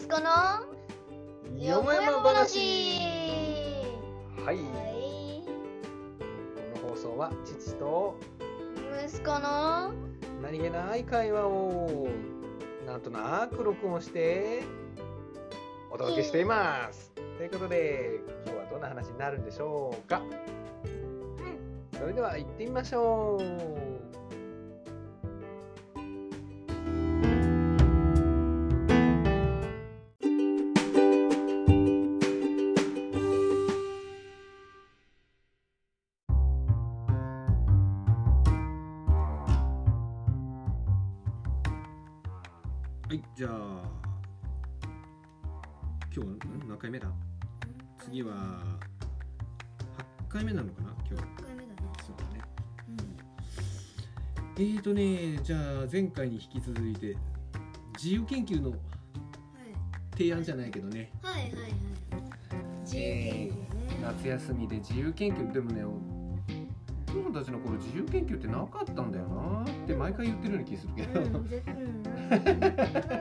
息子のよもやま話。 はい、この放送は父と息子の何気ない会話をなんとなく録音してお届けしています。ということで今日はどんな話になるんでしょうか。それでは行ってみましょう。はい、じゃあ今日何回目だ？次は8回目なのかな今日。 8回目だね。 そうだね。じゃあ前回に引き続いて自由研究の提案じゃないけどね。 自由研究ね。 夏休みで自由研究でもね、僕たちの頃自由研究ってなかったんだよなって毎回言ってるような気するけど。 必ずなんか言ってる。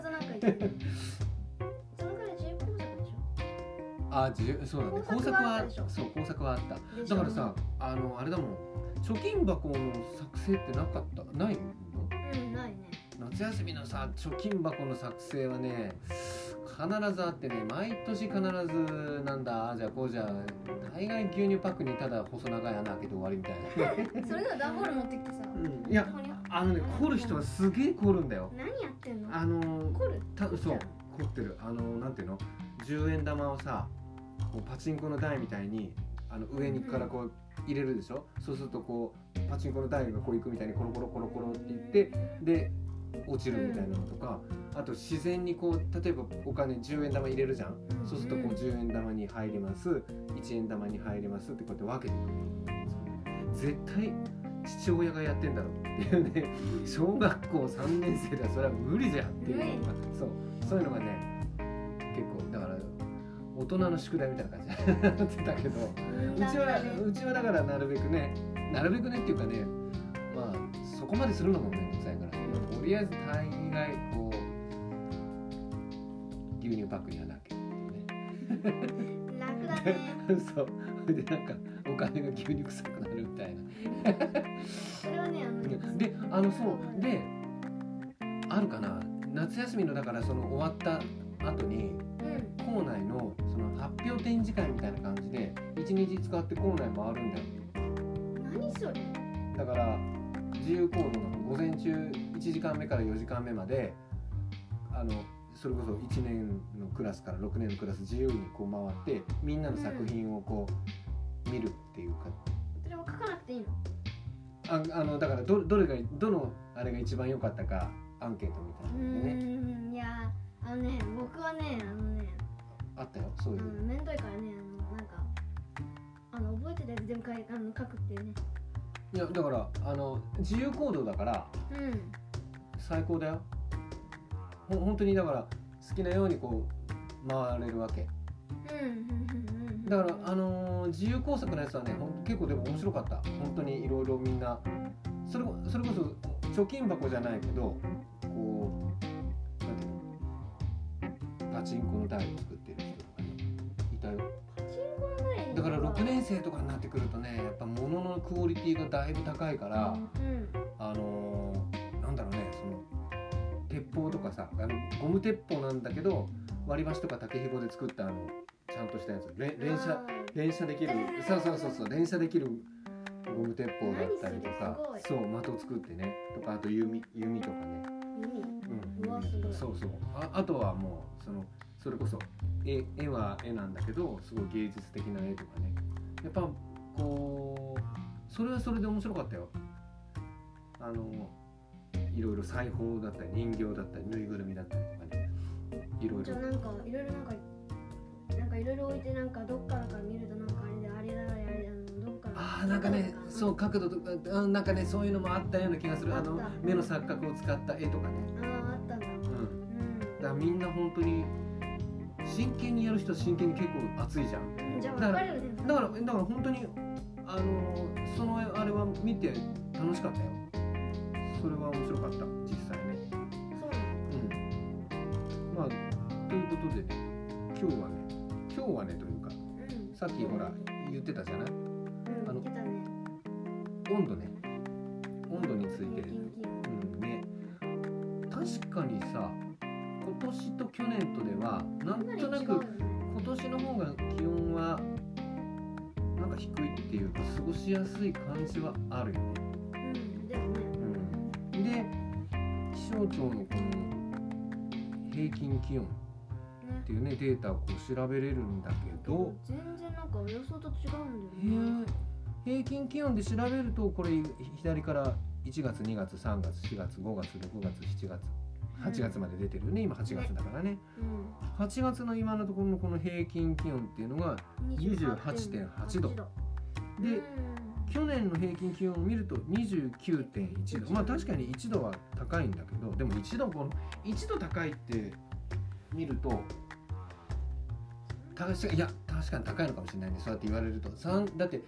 そのくらい自由工作でしょ。 そうだね。工作はあった。だからさ、あれだもん。貯金箱の作成ってなかった？ないの？ ないね。 夏休みのさ、貯金箱の作成はね、必ずあってね、毎年必ずなんだ、じゃあこうじゃ大概牛乳パックにただ細長い穴開けて終わりみたいな。 それなら段ボール持ってきてさ。 いや、凝る人はすげえ凝るんだよ。 何やってんの？凝る？ そう、凝ってる。なんていうの？10円玉をさ、こうパチンコの台みたいに上にからこう入れるでしょ。そうするとこうパチンコの台がこういくみたいにコロコロコロコロっていってで落ちるみたいなのとか、あと自然にこう例えばお金10円玉入れるじゃん。そうするとこう10円玉に入ります、1円玉に入りますってこうやって分けていく。絶対父親がやってんだろうっていうね。小学校3年生ではそれは無理じゃんっていうのが、そういうのがね結構だから大人の宿題みたいな感じになってたけど、うちはだからなるべくねっていうかね、まあそこまでするのもめんどくさいから、とりあえず大概こう牛乳パックにはなきゃね。 楽だね。 そうでなんかお金が牛乳臭くなるみたいな。 それはねでそうであるかな、夏休みのだからその終わった後に。校内のその発表展示会みたいな感じで1日使って校内回るんだよ。 何それ？ だから自由行動の午前中1時間目から4時間目までそれこそ1年のクラスから6年のクラス自由にこう回ってみんなの作品をこう見るっていうか。 それは書かなくていいの？だからどのあれが一番良かったかアンケートみたいなのでね。 いや僕はねあったよそういう。 めんどいからねなんか覚えてたやつ全部書くっていうね。 いやだから自由行動だから、最高だよ。本当にだから好きなようにこう回れるわけ。だから自由工作のやつはね結構でも面白かった。本当にいろいろみんなそれこそ貯金箱じゃないけどこうなんていうのパチンコの台を作ってる人とかねいたよ。 パチンコの台だから6年生とかになってくるとねやっぱ物のクオリティがだいぶ高いから、なんだろうねその鉄砲とかさゴム鉄砲なんだけど割り箸とか竹ひごで作ったちゃんとしたやつ連射できるそう連射できるゴム鉄砲だったりとかそう的を作ってねとかあと弓とかね。そうあとはもうそれこそ絵は絵なんだけどすごい芸術的な絵とかねやっぱこうそれはそれで面白かったよ。いろいろ裁縫だったり人形だったりぬいぐるみだったりとかねいろいろ。じゃあなんかいろいろ置いてどっからか見るとあれだどっからなんかねそう角度とかなんかねそういうのもあったような気がする。目の錯覚を使った絵とかね。 あったんだ。 だからみんな本当に真剣にやる人は真剣に結構熱いじゃん。 じゃあ分かるよね。だから本当にそのあれは見て楽しかったよ。それは面白かった実際ね。 そうなの。 まあというこことでね、今日はねというか、 うん、 さっきほら言ってたじゃない、 うん、言ってたね。 温度について、 平均気温ね、確かにさ、今年と去年とではなんとなくかなり違うよね。 今年の方が気温はなんか低いっていうか過ごしやすい感じはあるよね。 うん、でもね、 で、気象庁のこの平均気温っていうねデータをこう調べれるんだけど、 全然なんか予想と違うんだよね。 平均気温で調べるとこれ左から1月2月3月4月5月6月7月8月まで出てるよね。今8月だからね。8月の今のところのこの平均気温っていうのが28.8度で、去年の平均気温を見ると 29.1 度。まあ確かに1度は高いんだけど、でも1度高いって見ると確かに高いのかもしれないね。そうやって言われるとだって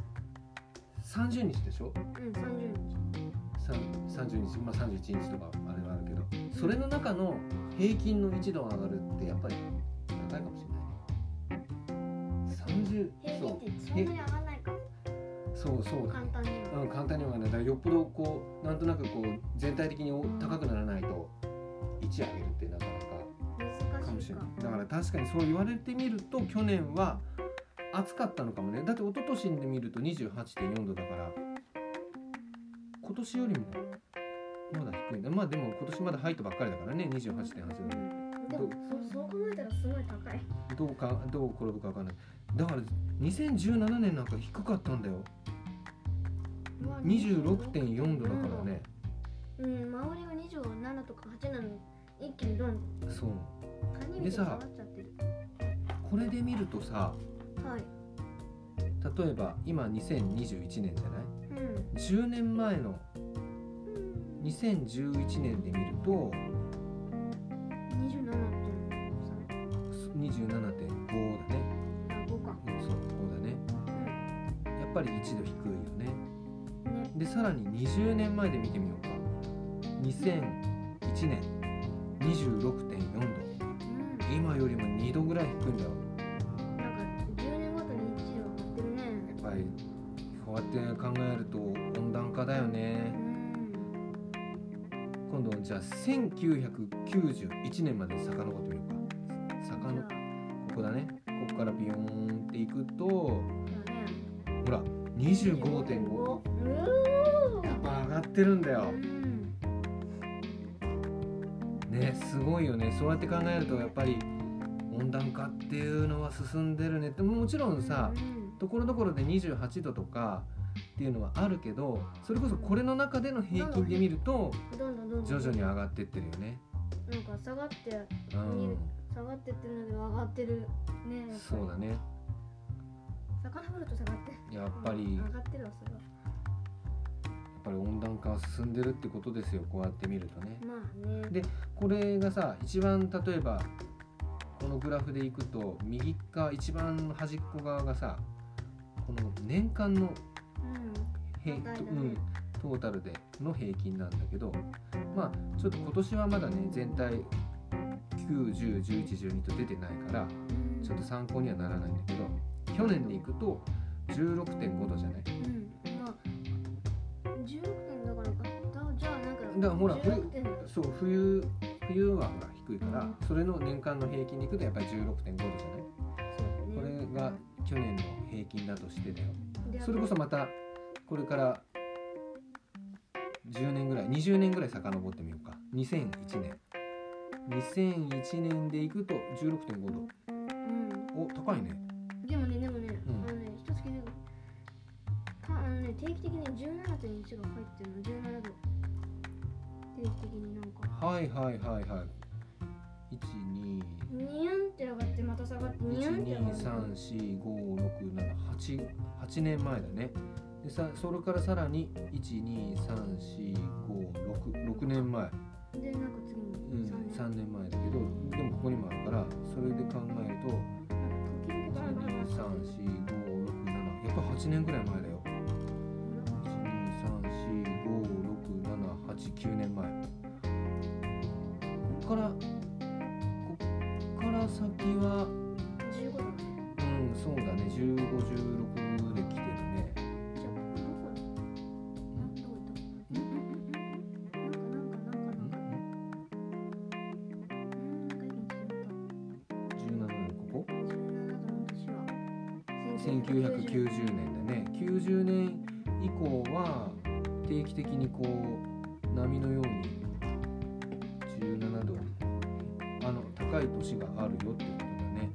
30日でしょ。30日、まあ31日とかあれはあるけど、それの中の平均の1度上がるってやっぱり高いかもしれないね。30、 平均ってそんなに上がらないか。 そう簡単には。 簡単にはね。だからよっぽどこうなんとなくこう全体的に高くならないと1上げるってなかなかかもしれない。だから確かにそう言われてみると去年は暑かったのかもね。だって一昨年で見ると 28.4 度だから、今年よりもまだ低いんだ。まあでも今年まだ入ったばっかりだからね。 28.8 度でもそう考えたらすごい高い。 どう転ぶか分かんない。だから2017年なんか低かったんだよ。26.4 度だからね。 周りが27とか8なのに一気にドン。 そうでさ、 これで見るとさ、 はい、 例えば今2021年じゃない、10年前の2011年で見ると 27.5 だね。 5か。 そうだね。やっぱり1度低いよね。でさらに20年前で見てみようか。2001年 26.4 度、今よりも2度ぐらい低いんだよ。 なんか10年ごとに1度上がってるね。 やっぱりこうやって考えると温暖化だよね。今度じゃあ1991年まで遡ってみようか。ここだね。ここからビヨーンっていくと、ほら 25.5。やっぱ上がってるんだよ。ね、すごいよね。そうやって考えるとやっぱり温暖化っていうのは進んでるねって。もちろんさ、ところどころで28度とかっていうのはあるけど、それこそこれの中での平均で見ると徐々に上がってってるよね。 なんか下がってってるんだけど上がってるね。 そうだね。 遡ると下がってやっぱり上がってるわ。それはやっぱり温暖化は進んでるってことですよ。こうやって見るとね。 まあね。 でこれがさ、一番例えばこのグラフでいくと右側一番端っこ側がさ、この年間のトータルでの平均なんだけど、まあちょっと今年はまだね全体9、10、11、12と出てないからちょっと参考にはならないんだけど、去年でいくと 16.5 度じゃない。 まあ16点だからか。じゃあなんかだからほら冬はほら低いから、それの年間の平均でいくとやっぱり 16.5 度じゃない。これが去年の平均だとしてだよ。それこそまたこれから10年ぐらい20年ぐらい遡ってみようか。2001年でいくと 16.5 度、お、高いね。 でもね、一つ聞いて定期的に 17.1 が入ってるの。17度定期的になんかはい1、2 ニュンって上がってまた下がってニュンって上がって 1、2、3、4、5、6、7、8年前だね。でさ、それからさらに1、2、3、4、5、6年前でなんか次に 3年前だけど、でもここにもあるから、それで考えると1、2、3、4、5、6、7、やっぱ8年ぐらい前だよ。1、2、3、4、5、6、7、8、9年前。こっから 1990年だね。90年以降は定期的にこう波のように17度高い年があるよってことだね。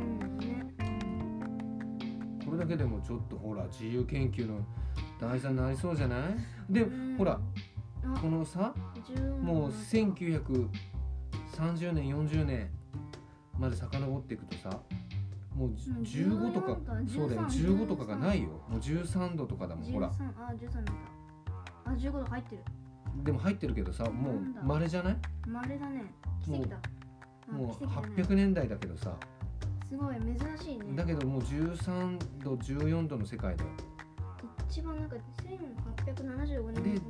これだけでもちょっとほら自由研究の題材になりそうじゃない？でほらこのさもう1930年40年まで遡っていくとさもう15とかそうだよ15とかがないよ。もう13度とかだもんほら。 13度だ。15度入ってる。 でも入ってるけどさもう稀じゃない？ 稀だね。奇跡だ。 もう800年代だけどさすごい珍しいね。 だけどもう13度14度の世界だよ。 一番なんか1875年で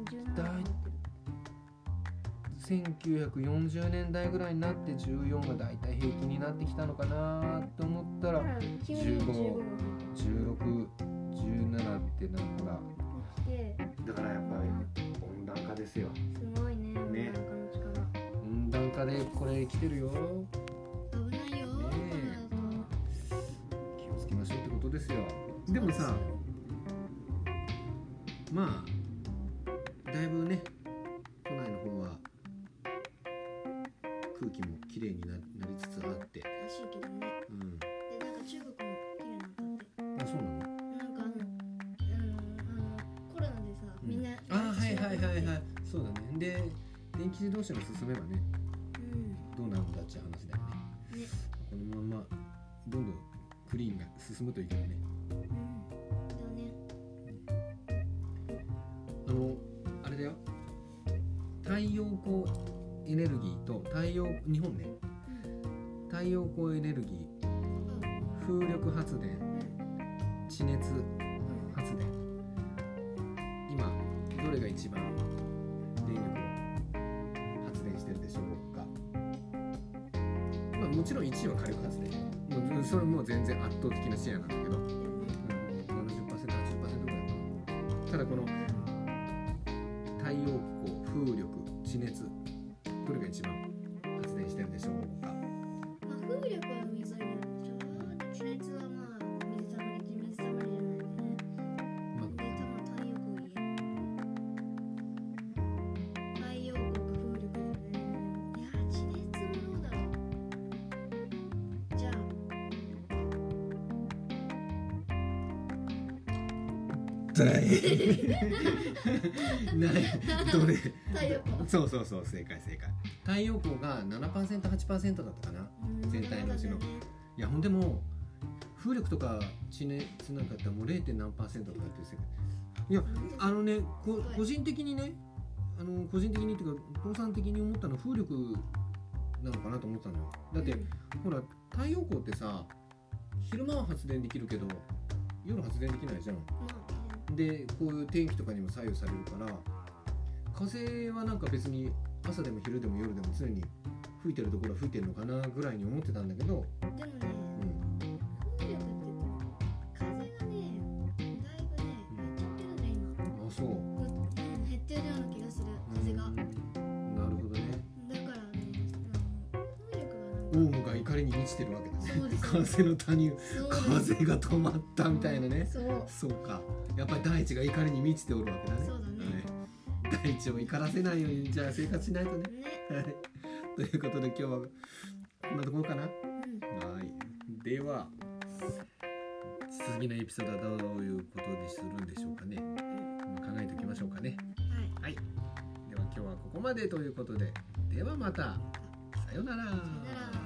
1940年代ぐらいになって14がだいたい平均になってきたのかなと思ったら15、16、17ってなんかだからやっぱり温暖化ですよ。 すごいね。 温暖化でこれ来てるよ。 危ないよ。 気をつけましょうってことですよ。でもさまあだいぶね都内の方は空気もきれいになりつつあってらしいけどね。でなんか中国もきれいなんだって。 あ、そうなの？ なんかコロナでさみんなはいそうだね。で電気自動車が進めばね、どうなるんだっていう話だよね。このままどんどんクリーンが進むといいけどね。あれだよ。太陽光エネルギーと日本ね、太陽光エネルギー、風力発電、地熱発電、今どれが一番電力を発電してるでしょうか。まあもちろん1位は火力発電、もうそれも全然圧倒的なシェアなんだけど、70%、80% ぐらいかな。ただこの太陽光、風力、地熱どれが一番発電してるでしょうか。 風力は海沿いなんでしょ。地熱はまあ水たまりじゃないね。で太陽光太陽光か風力だよね。いや地熱もどうだろう。じゃどれ太陽光。 そう正解。太陽光が 7%、8% だったかな、全体のうちの。いやほんでも風力とか地熱なんかやったらもう 0. 何%とかっていう世界。いや個人的にね個人的にっていうかお父さん的に思ったのは風力なのかなと思ったのよ。だって、ほら太陽光ってさ昼間は発電できるけど夜発電できないじゃん。でこういう天気とかにも左右されるから風はなんか別に朝でも昼でも夜でも常に吹いてるところは吹いてるのかなぐらいに思ってたんだけど、 でもね、風力って風がねだいぶね減っちゃってるね今。 あ、そう減ってるような気がする風が。 なるほどね。 だからね風力オウムが怒りに満ちてるわけだね。 そうです。 風の谷、風が止まったみたいなね。そうか。やっぱり大地が怒りに満ちておるわけだね。 そうだね。 大地を怒らせないようにじゃあ生活しないとね。ということで今日はこんなところかな。はい。では次のエピソードはどういうことにするんでしょうかね。考えておきましょうかね。はい。では今日はここまでということで、ではまた。さよなら。